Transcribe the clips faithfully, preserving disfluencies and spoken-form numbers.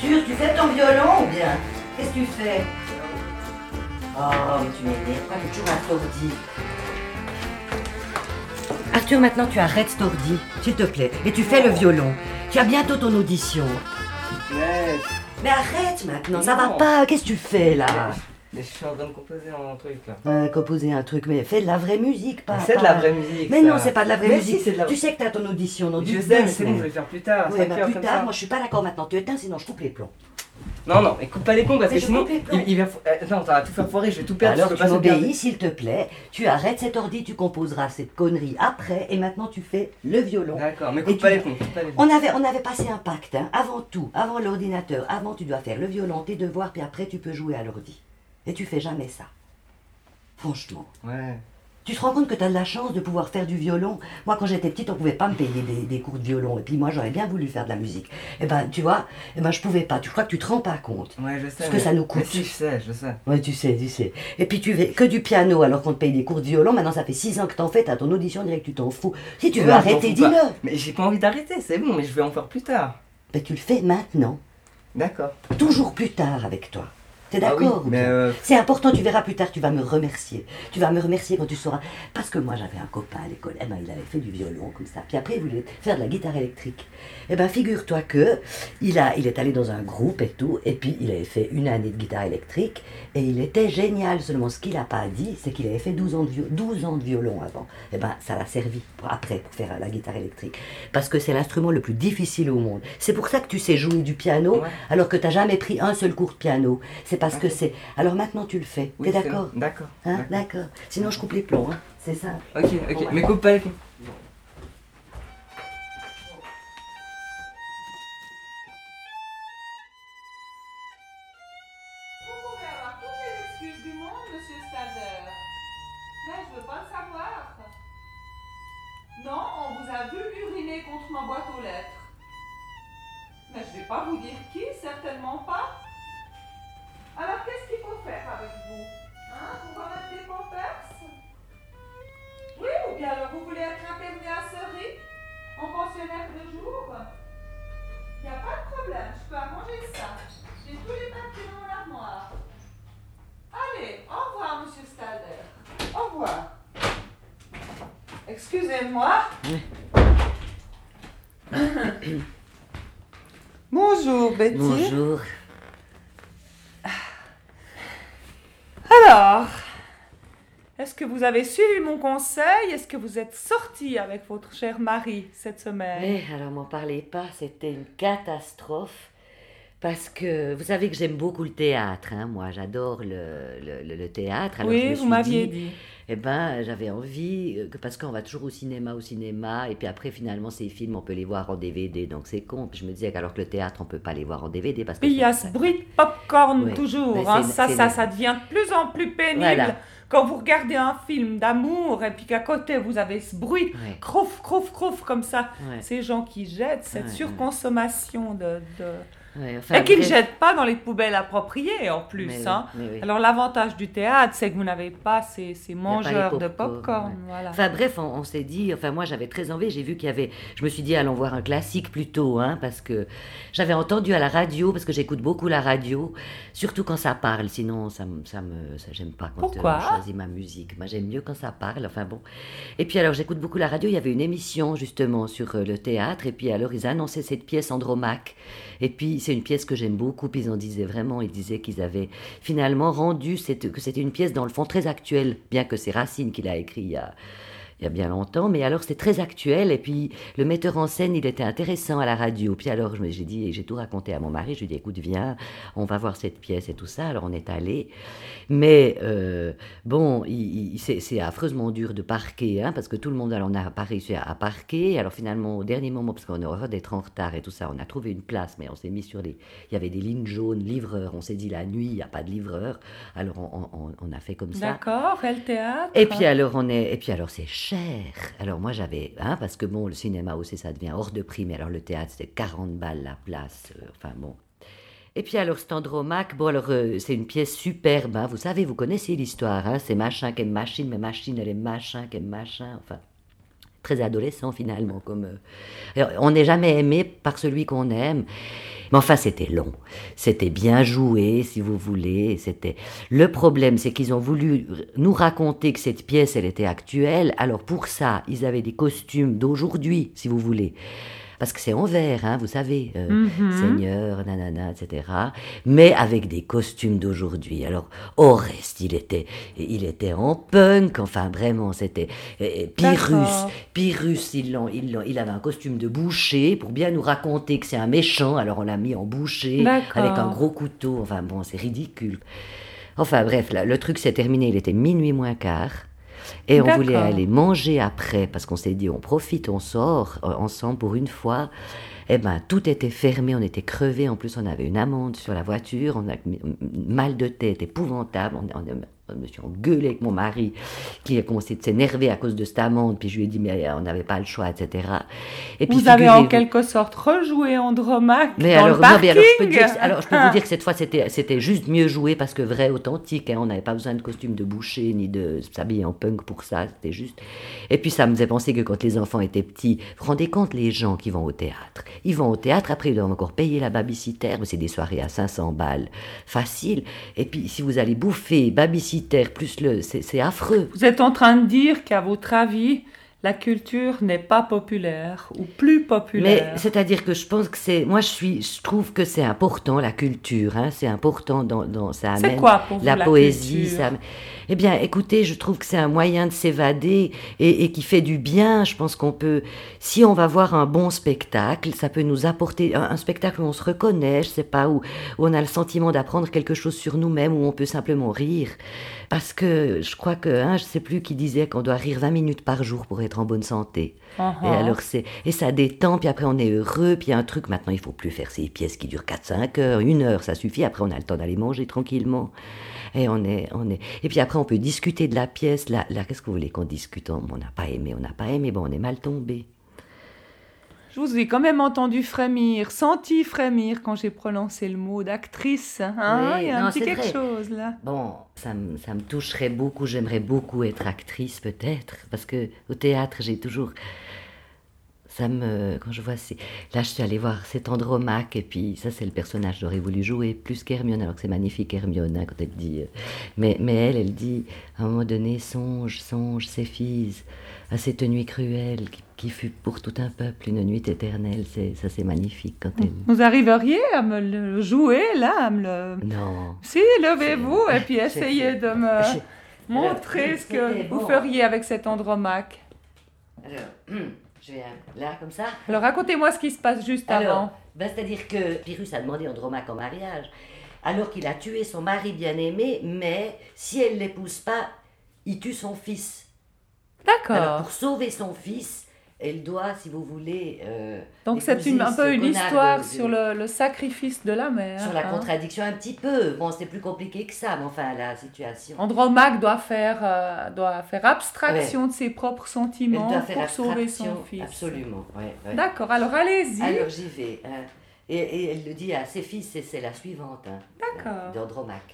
Arthur, tu fais ton violon ou bien? Qu'est-ce que tu fais? Oh, mais tu m'énerves, pourquoi tu es toujours un tordi? Arthur, maintenant tu arrêtes cet ordi, s'il te plaît, et tu fais le violon. Tu as bientôt ton audition. Ouais. Mais arrête maintenant, ça va pas, qu'est-ce que tu fais là? Mais je suis en train de composer un truc là. Euh, composer un truc, mais fais de la vraie musique, pas... C'est de la vraie musique. Mais ça. non, c'est pas de la vraie mais musique. Si, c'est de la... Tu sais que t'as ton audition dans Je deux sais, mais c'est bon, semaines. je vais le faire plus tard. Oui, mais plus comme tard, ça. moi je suis pas d'accord maintenant. Tu éteins, sinon je coupe les plombs. Non, non, mais coupe pas les plombs parce Mais que je sinon, coupe les plombs. il, il va... euh, non, ça va tout faire foirer, je vais tout perdre. Alors je peux tu pas sauvegarder. m'obéis, s'il te plaît. Tu arrêtes cet ordi, tu composeras cette connerie après, et maintenant tu fais le violon. D'accord, mais Et coupe tu- pas les plombs, coupe pas les plombs. On avait, on avait passé un pacte, hein. Avant tout, avant l'ordinateur, avant tu dois faire le violon, tes devoirs, puis après tu peux jouer à l'ordi. Et tu fais jamais ça. Franchement. Ouais. Tu te rends compte que tu as de la chance de pouvoir faire du violon? Moi, quand j'étais petite, on pouvait pas me payer des, des cours de violon. Et puis moi, j'aurais bien voulu faire de la musique. Et ben, tu vois, et ben, je pouvais pas. Tu crois que tu te rends pas compte? Ouais, je sais. Ce que mais- ça nous coûte. Mais si, je sais, je sais. Ouais, tu sais, tu sais. Et puis tu fais que du piano alors qu'on te paye des cours de violon. Maintenant, ça fait six ans que t'en fais, t'as ton audition direct, tu t'en fous. Si tu veux Non, je m'en arrêter, fous pas. dis-le. Mais j'ai pas envie d'arrêter, c'est bon, mais je vais en faire plus tard. Ben, tu le fais maintenant. D'accord. Toujours plus tard avec toi. T'es Ah oui, d'accord ou mais bien euh, C'est important, tu verras plus tard, tu vas me remercier. Tu vas me remercier quand tu sauras. Parce que moi, j'avais un copain à l'école, eh ben, il avait fait du violon comme ça. Puis après, il voulait faire de la guitare électrique. Eh ben, figure-toi que il, a, il est allé dans un groupe et tout, et puis il avait fait une année de guitare électrique, et il était génial. Seulement, ce qu'il n'a pas dit, c'est qu'il avait fait douze ans de, vio- douze ans de violon avant. Eh ben, ça l'a servi pour, après pour faire la guitare électrique. Parce que c'est l'instrument le plus difficile au monde. C'est pour ça que tu sais jouer du piano, Ouais. alors que tu n'as jamais pris un seul cours de piano. C'est parce que c'est... Alors maintenant, tu le fais. oui, T'es c'est d'accord? bon. D'accord. Hein, d'accord. d'accord. Sinon, je coupe les plombs, hein. C'est ça. Ok, ok, mais coupe pas les plombs. Vous pouvez avoir toutes les excuses du monde, monsieur Stalder. Mais je veux pas le savoir. Non, on vous a vu uriner contre ma boîte aux lettres. Mais je vais pas vous dire qui, certainement pas. Alors qu'est-ce qu'il faut faire avec vous? Hein? Vous remettre des pampers? Oui, ou bien alors vous voulez être interné à Surrey, en pensionnaire de jour? Il n'y a pas de problème, je peux arranger ça. J'ai tous les papiers dans l'armoire. Allez, au revoir, monsieur Stalder. Au revoir. Excusez-moi. Bonjour, Betty. Bonjour. Alors, est-ce que vous avez suivi mon conseil? Est-ce que vous êtes sorti avec votre cher mari cette semaine? Eh, alors m'en parlez pas, c'était une catastrophe. Parce que vous savez que j'aime beaucoup le théâtre, hein. Moi j'adore le, le, le- le théâtre. Alors je me Oui, vous suis m'aviez dit, dit. eh ben, j'avais envie, euh, que, parce qu'on va toujours au cinéma, au cinéma, et puis après, finalement, ces films, on peut les voir en D V D, donc c'est con. Puis je me disais qu'alors que le théâtre, on peut pas les voir en D V D, parce que... Puis il y a ça- ce bruit de popcorn Oui, toujours. mais hein. c'est- Ça, c'est ça, le- ça devient de plus en plus pénible Voilà. quand vous regardez un film d'amour et puis qu'à côté vous avez ce bruit, Ouais. crouf, crouf, crouf, comme ça. Ouais. Ces gens qui jettent cette Ouais, ouais. surconsommation de... de... Ouais, enfin, et qu'ils ne bref. jettent pas dans les poubelles appropriées en plus. Mais oui, hein. mais oui. Alors l'avantage du théâtre, c'est que vous n'avez pas ces, ces pas les mangeurs de pop-corn, popcorn. ouais. Voilà. Enfin bref, on, on s'est dit, enfin moi j'avais très envie, j'ai vu qu'il y avait, je me suis dit allons voir un classique plutôt, hein, parce que j'avais entendu à la radio, parce que j'écoute beaucoup la radio, surtout quand ça parle, sinon ça, me- ça me, ça, j'aime pas quand euh, Pourquoi on choisit ma musique, moi j'aime mieux quand ça parle, enfin bon. Et puis alors j'écoute beaucoup la radio, il y avait une émission justement sur euh, le théâtre, et puis alors ils annonçaient cette pièce Andromaque, et puis c'est une pièce que j'aime beaucoup, puis ils en disaient vraiment, ils disaient qu'ils avaient finalement rendu, cette, que c'était une pièce dans le fond très actuelle, bien que c'est Racine qui l'a écrit il y a, il y a bien longtemps, mais alors c'était très actuel, et puis le metteur en scène, il était intéressant à la radio, puis alors je me- j'ai dit, j'ai tout raconté à mon mari, je lui ai dit, écoute, viens, on va voir cette pièce et tout ça, alors on est allé, mais euh, bon, il, il- c'est, c'est affreusement dur de parquer, hein, parce que tout le monde, alors on n'a pas réussi à, à parquer, alors finalement, au dernier moment, parce qu'on a horreur d'être en retard et tout ça, on a trouvé une place, mais on s'est mis sur les, il y avait des lignes jaunes, livreurs, on s'est dit, la nuit, il n'y a pas de livreur, alors on, on- on a fait comme ça. D'accord, et le théâtre? Et puis alors on est, et puis alors c'est cher. Alors moi j'avais, hein, parce que bon le cinéma aussi ça devient hors de prix, mais alors le théâtre c'était quarante balles la place, euh, enfin bon. Et puis alors cet Andromaque, bon alors euh, c'est une pièce superbe, hein, vous savez, vous connaissez l'histoire, hein, c'est machin qui aime machine, mais machine elle aime machin qui aime machin, enfin très adolescent finalement comme. euh, alors, on n'est jamais aimé par celui qu'on aime. Mais enfin, c'était long. C'était bien joué, si vous voulez. C'était... Le problème, c'est qu'ils ont voulu nous raconter que cette pièce, elle était actuelle. Alors pour ça, ils avaient des costumes d'aujourd'hui, si vous voulez. Parce que c'est en verre, hein, vous savez, euh, mm-hmm. Seigneur, nanana, et cetera. Mais avec des costumes d'aujourd'hui. Alors, au reste, il était, il était en punk, enfin vraiment, c'était euh, Pyrrhus. Pyrrhus, il, l'ont, il, l'ont, il avait un costume de boucher pour bien nous raconter que c'est un méchant. Alors on l'a mis en boucher, D'accord. avec un gros couteau. Enfin bon, c'est ridicule. Enfin bref, là, le truc s'est terminé, il était minuit moins quart. Et on D'accord. voulait aller manger après, parce qu'on s'est dit, on profite, on sort euh, ensemble pour une fois. Eh ben, tout était fermé, on était crevés. En plus, on avait une amende sur la voiture, on a mal de tête épouvantable. On, on, on, me suis engueulé avec mon mari, qui a commencé de s'énerver à cause de cette amende. Puis je lui ai dit, mais on n'avait pas le choix, et cetera. Et puis, vous avez en quelque sorte rejoué Andromaque mais dans alors, le parking. Non, mais alors, je peux, dire, alors, je peux vous dire que cette fois, c'était, c'était juste mieux joué, parce que vrai, authentique. Hein, on n'avait pas besoin de costume de boucher, ni de s'habiller en punk pour ça. C'était juste... Et puis, ça me faisait penser que quand les enfants étaient petits, vous vous rendez compte, les gens qui vont au théâtre, ils vont au théâtre, après ils doivent encore payer la babysitter, mais c'est des soirées à cinq cents balles, facile. Et puis si vous allez bouffer babysitter plus le, c'est, c'est affreux. Vous êtes en train de dire qu'à votre avis, la culture n'est pas populaire ou plus populaire. Mais c'est-à-dire que je pense que c'est, moi je suis, je trouve que c'est important la culture, hein, c'est important dans, dans ça amène c'est quoi pour vous, la, la poésie, culture ça. Eh bien, écoutez, je trouve que c'est un moyen de s'évader et, et qui fait du bien. Je pense qu'on peut, si on va voir un bon spectacle, ça peut nous apporter un, un spectacle où on se reconnaît, je sais pas, où, où on a le sentiment d'apprendre quelque chose sur nous-mêmes, où on peut simplement rire. Parce que je crois que, hein, je sais plus qui disait qu'on doit rire vingt minutes par jour pour être en bonne santé. Uh-huh. Et alors c'est, et ça détend, puis après on est heureux, puis il y a un truc, maintenant il faut plus faire ces pièces qui durent quatre cinq heures, une heure, ça suffit, après on a le temps d'aller manger tranquillement. Et on est, on est, et puis après on peut discuter de la pièce, là, là qu'est-ce que vous voulez qu'on discute? On n'a pas aimé, on n'a pas aimé, bon on est mal tombé. Je vous ai quand même entendu frémir, senti frémir quand j'ai prononcé le mot d'actrice. Hein? Oui, il y a non, un petit quelque vrai. chose là. Bon, ça me, ça me toucherait beaucoup, j'aimerais beaucoup être actrice peut-être, parce que au théâtre j'ai toujours... Ça me, quand je vois ces... Là, je suis allée voir cet Andromaque, et puis ça, c'est le personnage que j'aurais voulu jouer, plus qu'Hermione, alors que c'est magnifique, Hermione, hein, quand elle dit... Euh... Mais, mais elle, elle dit, à un moment donné, songe, songe, Céphise, à cette nuit cruelle qui, qui fut pour tout un peuple une nuit éternelle. C'est, ça, c'est magnifique quand elle... Vous arriveriez à me le jouer, là, à me le... Non. Si, levez-vous, et puis essayez de me je... montrer alors, ce que bon. vous feriez avec cet Andromaque. Alors... Hum. Je vais là, comme ça. Alors, racontez-moi ce qui se passe juste alors, avant. Ben, c'est-à-dire que Pyrrhus a demandé Andromaque en mariage, alors qu'il a tué son mari bien-aimé, mais si elle ne l'épouse pas, il tue son fils. D'accord. Alors, pour sauver son fils, elle doit, si vous voulez... Euh, Donc, c'est une, un peu une histoire de, de, sur le, le sacrifice de la mère. Sur la hein. contradiction un petit peu. Bon, c'est plus compliqué que ça, mais enfin, la situation... Andromaque doit faire, euh, doit faire abstraction ouais. de ses propres sentiments pour sauver son fils. Absolument, ouais, ouais. D'accord, alors allez-y. Alors, j'y vais. Hein. Et, et elle le dit à ses fils, et c'est la suivante. Hein, D'accord. D'Andromaque.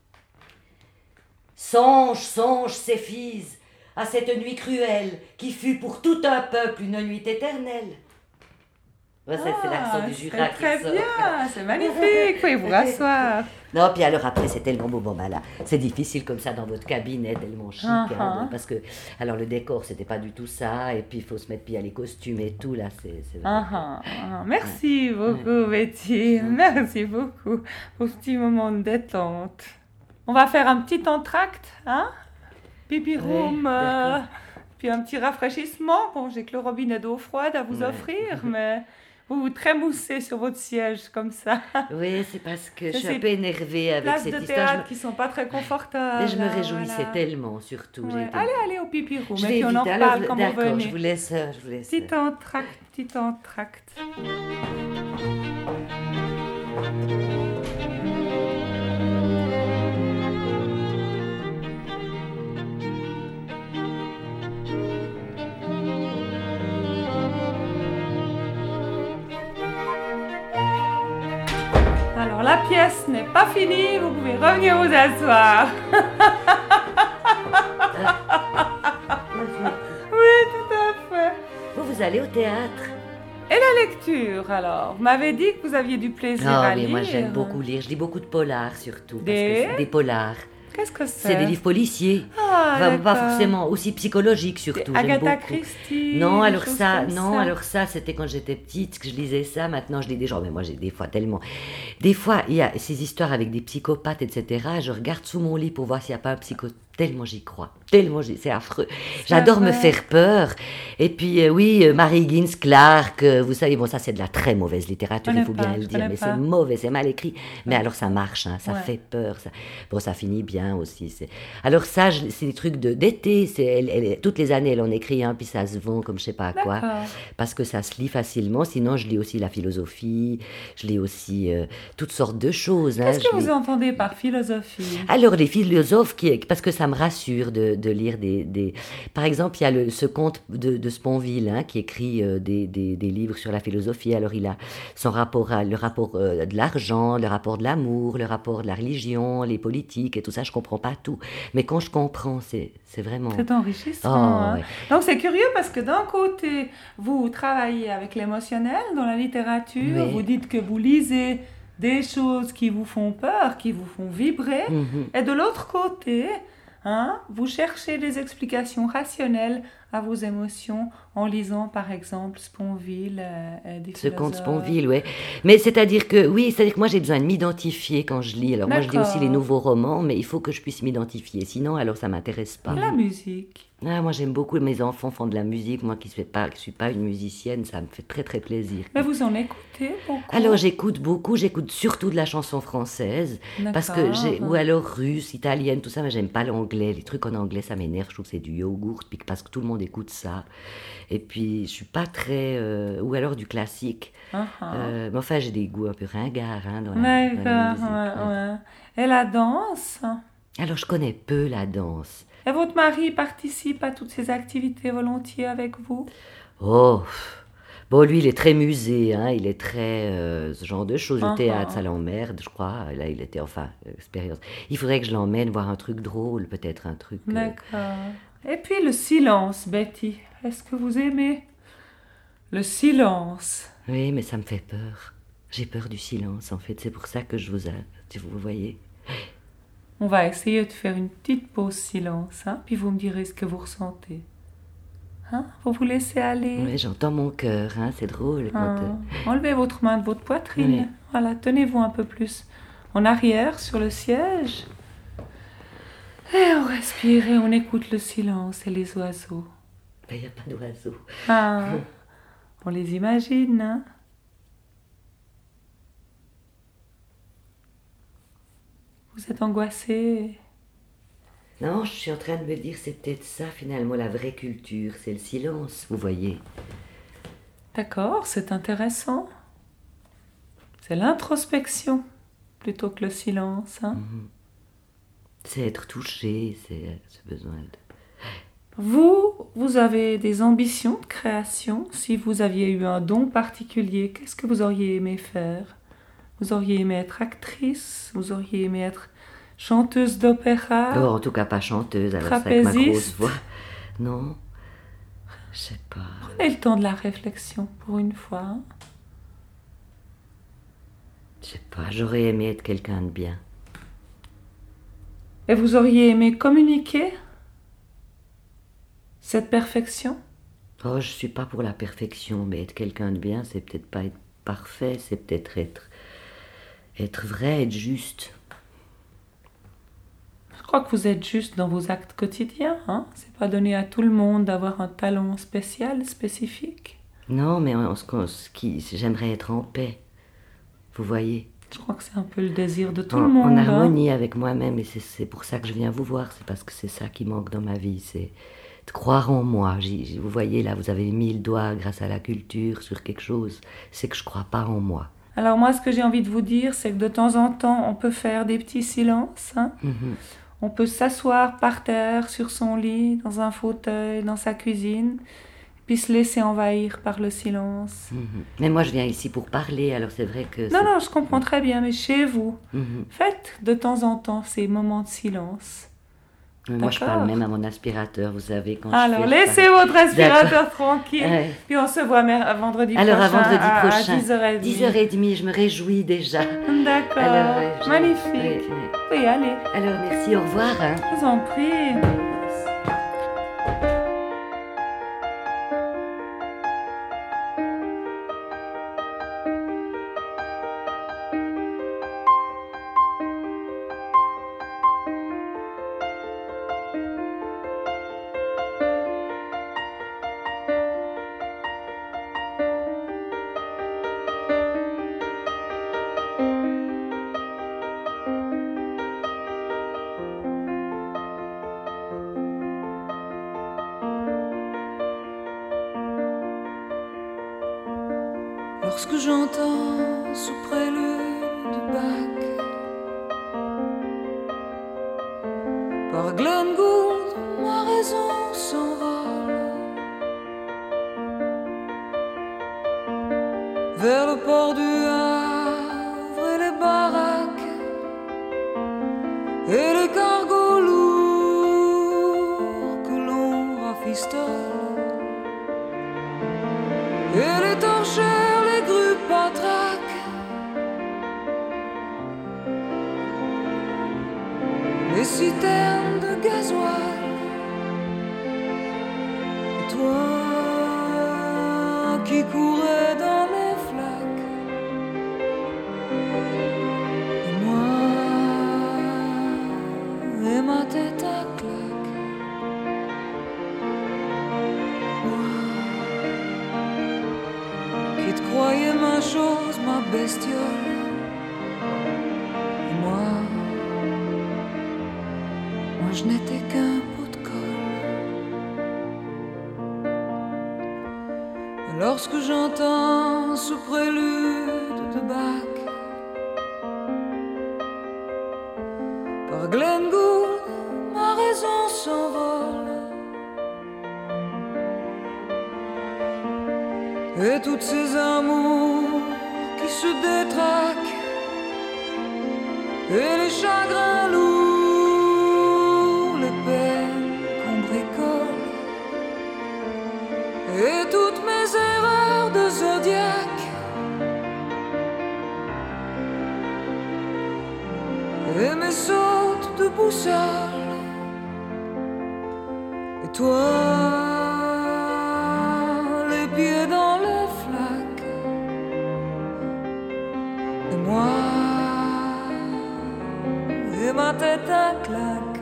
Songe, songe, Céphise, à cette nuit cruelle qui fut pour tout un peuple une nuit éternelle. Ouais, c'est, ah, c'est l'accent du Jura qui très sort. Bien, c'est magnifique, pouvez vous rasseoir. Non, puis alors après, c'est tellement beau. Bon, ben là, c'est difficile comme ça dans votre cabinet, tellement chic. Uh-huh. Hein, parce que, alors le décor, c'était pas du tout ça, et puis il faut se mettre, puis il y a les costumes et tout, là, c'est... c'est uh-huh. Uh-huh. Merci ouais. beaucoup, ouais. Betty, uh-huh. merci beaucoup pour ce petit moment de détente. On va faire un petit entracte, hein? Pipi room, ouais, euh, puis un petit rafraîchissement. Bon, j'ai que le robinet d'eau froide à vous ouais. offrir, mais vous vous trémoussez sur votre siège comme ça. Oui, c'est parce que je suis un peu énervée avec cette histoire. Places de théâtre me... qui sont pas très confortables. Mais je me réjouissais voilà. tellement, surtout. Ouais. J'ai été... Allez, allez au pipi room, je et puis on en reparle Alors, quand d'accord, vous venez. je vous laisse, je vous laisse. Petit entracte, petit entracte. Alors, la pièce n'est pas finie, vous pouvez revenir vous asseoir. Ah. Oui, tout à fait. Vous, vous allez au théâtre? Et la la lecture, alors. Vous m'avez dit que vous aviez du plaisir Ah à oui, lire. moi j'aime beaucoup lire. Je lis beaucoup de polars surtout. parce Des- que c'est des polars. Qu'est-ce que c'est? C'est des livres policiers. Ah, Enfin, pas d'accord. forcément, aussi psychologiques surtout. Des J'aime Agatha beaucoup. Christie. Non, des alors choses ça, comme non, ça. alors ça, c'était quand j'étais petite que je lisais ça. Maintenant, je lis des gens, mais moi, j'ai des fois tellement. Des fois, il y a ces histoires avec des psychopathes, et cetera. Je regarde sous mon lit pour voir s'il n'y a pas un psychopathe. Tellement j'y crois, tellement j'y... c'est affreux. J'adore me vrai. faire peur. Et puis, euh, oui, euh, Mary Higgins Clark, euh, vous savez, bon, ça, c'est de la très mauvaise littérature, Je il faut connais bien pas, le je dire, connais mais pas. c'est mauvais, c'est mal écrit. Mais alors, ça marche, hein, ça Ouais. fait peur. Ça... Bon, ça finit bien aussi. C'est... Alors, ça, je- c'est des trucs de... d'été. C'est... Elle, elle- Toutes les années, elle en écrit un, puis ça se vend comme je sais pas quoi. D'accord. Parce que ça se lit facilement. Sinon, je lis aussi la philosophie, je lis aussi euh, toutes sortes de choses. hein. Qu'est-ce que Je vous lis- entendez par philosophie? alors, les philosophes, qui, parce que ça me rassure de, de lire des, des... Par exemple, il y a le, ce comte de, de Sponville hein, qui écrit euh, des, des, des livres sur la philosophie. Alors, il a son rapport, à, le rapport euh, de l'argent, le rapport de l'amour, le rapport de la religion, les politiques et tout ça. Je comprends pas tout. Mais quand je comprends, c'est, c'est vraiment... C'est enrichissant. Oh, hein. ouais. Donc c'est curieux parce que d'un côté, vous travaillez avec l'émotionnel dans la littérature, Oui. vous dites que vous lisez des choses qui vous font peur, qui vous font vibrer, Mhm. et de l'autre côté, hein, vous cherchez des explications rationnelles à vos émotions en lisant par exemple Sponville, euh, euh, des Ce conte philosophes. Sponville, ouais. Mais c'est-à-dire que, oui, c'est-à-dire que moi j'ai besoin de m'identifier quand je lis. Alors moi je lis aussi D'accord. les nouveaux romans, mais il faut que je puisse m'identifier. Sinon, alors ça m'intéresse pas. La musique. Ah, moi j'aime beaucoup, mes enfants font de la musique. Moi qui ne suis pas, qui suis pas une musicienne, ça me fait très très plaisir. Mais vous en écoutez beaucoup. Alors j'écoute beaucoup, j'écoute surtout de la chanson française, parce que j'ai, D'accord. ou alors russe, italienne, tout ça, mais j'aime pas l'anglais. Les trucs en anglais, ça m'énerve, je trouve que c'est du yogourt, puis que- parce que tout le monde écoute ça. Et puis je suis pas très... euh, ou alors du classique. Ah, ah. Euh, mais enfin, j'ai des goûts un peu ringards hein, dans, la, dans la D'accord, musique. ouais, ouais. ouais. Et la danse? Alors je connais peu la danse. Et votre mari participe à toutes ces activités volontiers avec vous? Oh, bon, lui, il est très musée, hein, il est très euh, ce genre de choses. Le Ah, théâtre, ah. ça l'emmerde, je crois. Là, il était, enfin, euh, expérience. Il faudrait que je l'emmène voir un truc drôle, peut-être un truc. euh, D'accord. Et puis le silence, Betty. Est-ce que vous aimez le silence? Oui, mais ça me fait peur. J'ai peur du silence, en fait. C'est pour ça que je vous a... si vous voyez. On va essayer de faire une petite pause silence, hein, puis vous me direz ce que vous ressentez. Hein? Vous vous laissez aller. Oui, j'entends mon cœur, hein, c'est drôle. Quand, Ah. euh, Enlevez votre main de votre poitrine. Oui. Voilà, tenez-vous un peu plus en arrière sur le siège. Et on respire et on écoute le silence et les oiseaux. ben, il n'y a pas d'oiseau. Ah, on les imagine, hein? Vous êtes angoissé. Non, je suis en train de me dire, c'est peut-être ça, finalement, la vraie culture. C'est le silence, vous voyez. D'accord, c'est intéressant. C'est l'introspection plutôt que le silence, hein? C'est être touché, c'est euh, ce besoin de... Vous, vous avez des ambitions de création. Si vous aviez eu un don particulier, qu'est-ce que vous auriez aimé faire? Vous auriez aimé être actrice? Vous auriez aimé être chanteuse d'opéra? Oh, en tout cas, pas chanteuse, alors c'est avec ma grosse Trapéziste. voix. Non, je sais pas. Prenez le temps de la réflexion pour une fois, hein. Je sais pas, j'aurais aimé être quelqu'un de bien. Et vous auriez aimé communiquer cette perfection? Oh, je suis pas pour la perfection, mais être quelqu'un de bien, c'est peut-être pas être parfait, c'est peut-être être... être vrai, être juste. Je crois que vous êtes juste dans vos actes quotidiens, hein? C'est pas donné à tout le monde d'avoir un talent spécial, spécifique. Non, mais en ce, qu'on- ce qui, j'aimerais être en paix. Vous voyez, Je crois que c'est un peu le désir de tout en, le monde, en hein. harmonie avec moi-même, et c'est, c'est pour ça que je viens vous voir, c'est parce que c'est ça qui manque dans ma vie, c'est de croire en moi. J'y- j'y- vous voyez, là, vous avez mis le doigt grâce à la culture sur quelque chose, c'est que je crois pas en moi. Alors moi, ce que j'ai envie de vous dire, c'est que de temps en temps, on peut faire des petits silences, hein. Mhm. On peut s'asseoir par terre, sur son lit, dans un fauteuil, dans sa cuisine, puis se laisser envahir par le silence. Mhm. Mais moi, je viens ici pour parler, alors c'est vrai que... Non, c'est- non, je comprends très bien, mais chez vous, Mhm. faites de temps en temps ces moments de silence. Moi, je parle même à mon aspirateur, vous savez. Quand Alors, je fais, laissez parle... votre aspirateur tranquille. Ouais. Puis on se voit mer- vendredi Alors, prochain. à vendredi à, prochain. À dix heures trente. dix heures trente, je me réjouis déjà. D'accord. Alors, ouais, je... Magnifique. Oui, oui. Oui, allez. Alors, merci, au revoir. Hein. Je vous en prie. Lorsque j'entends sous prélude de Bach par Glenn Gould, ma raison s'envole vers le port du Havre et les baraques et les cargos lourds que l'on rafistole et les torchères, les grues patraques, les citernes de gasoil. Et toi qui courais dans les flaques, et moi et ma tête à claque, moi qui te croyais ma chose, ma bestiole, et moi, moi je n'étais qu'un pot de colle. Lorsque j'entends ce prélude de Bach par Glenn Gould, ma raison s'envole et toutes ces amours qui se détraquent et les chagrins lourds, les peines qu'on bricole et toutes mes erreurs de zodiaque et mes sautes de boussole. Et toi, les pieds dans les flaques, et moi et ma tête à claque.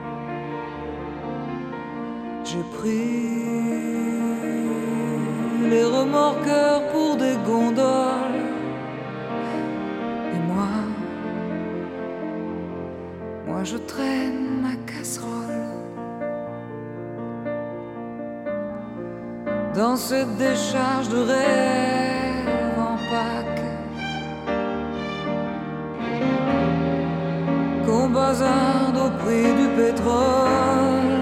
J'ai pris les remorqueurs pour des gondoles, et moi, moi je traîne ma casserole dans cette décharge de rêve en Pâques qu'on bazarde au prix du pétrole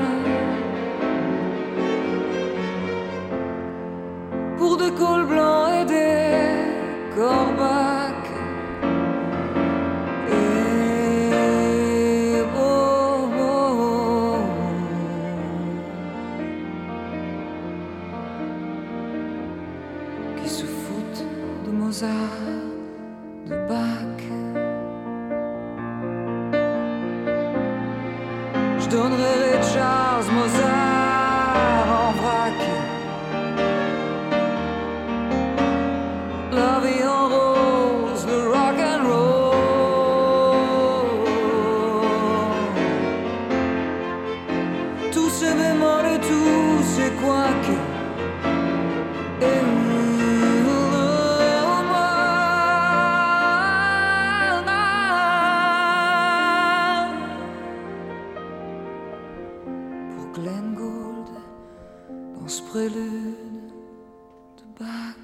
pour des cols blancs et des corbacs. Et oh, oh, oh, qui se foutent de Mozart, de Bach. Je donnerai Ray Charles, Mozart en vrac. La vie en rose, le rock and roll, tous ces bémols et tous ces couacs. Et pour Glenn Gould dans ce prélude de Bach.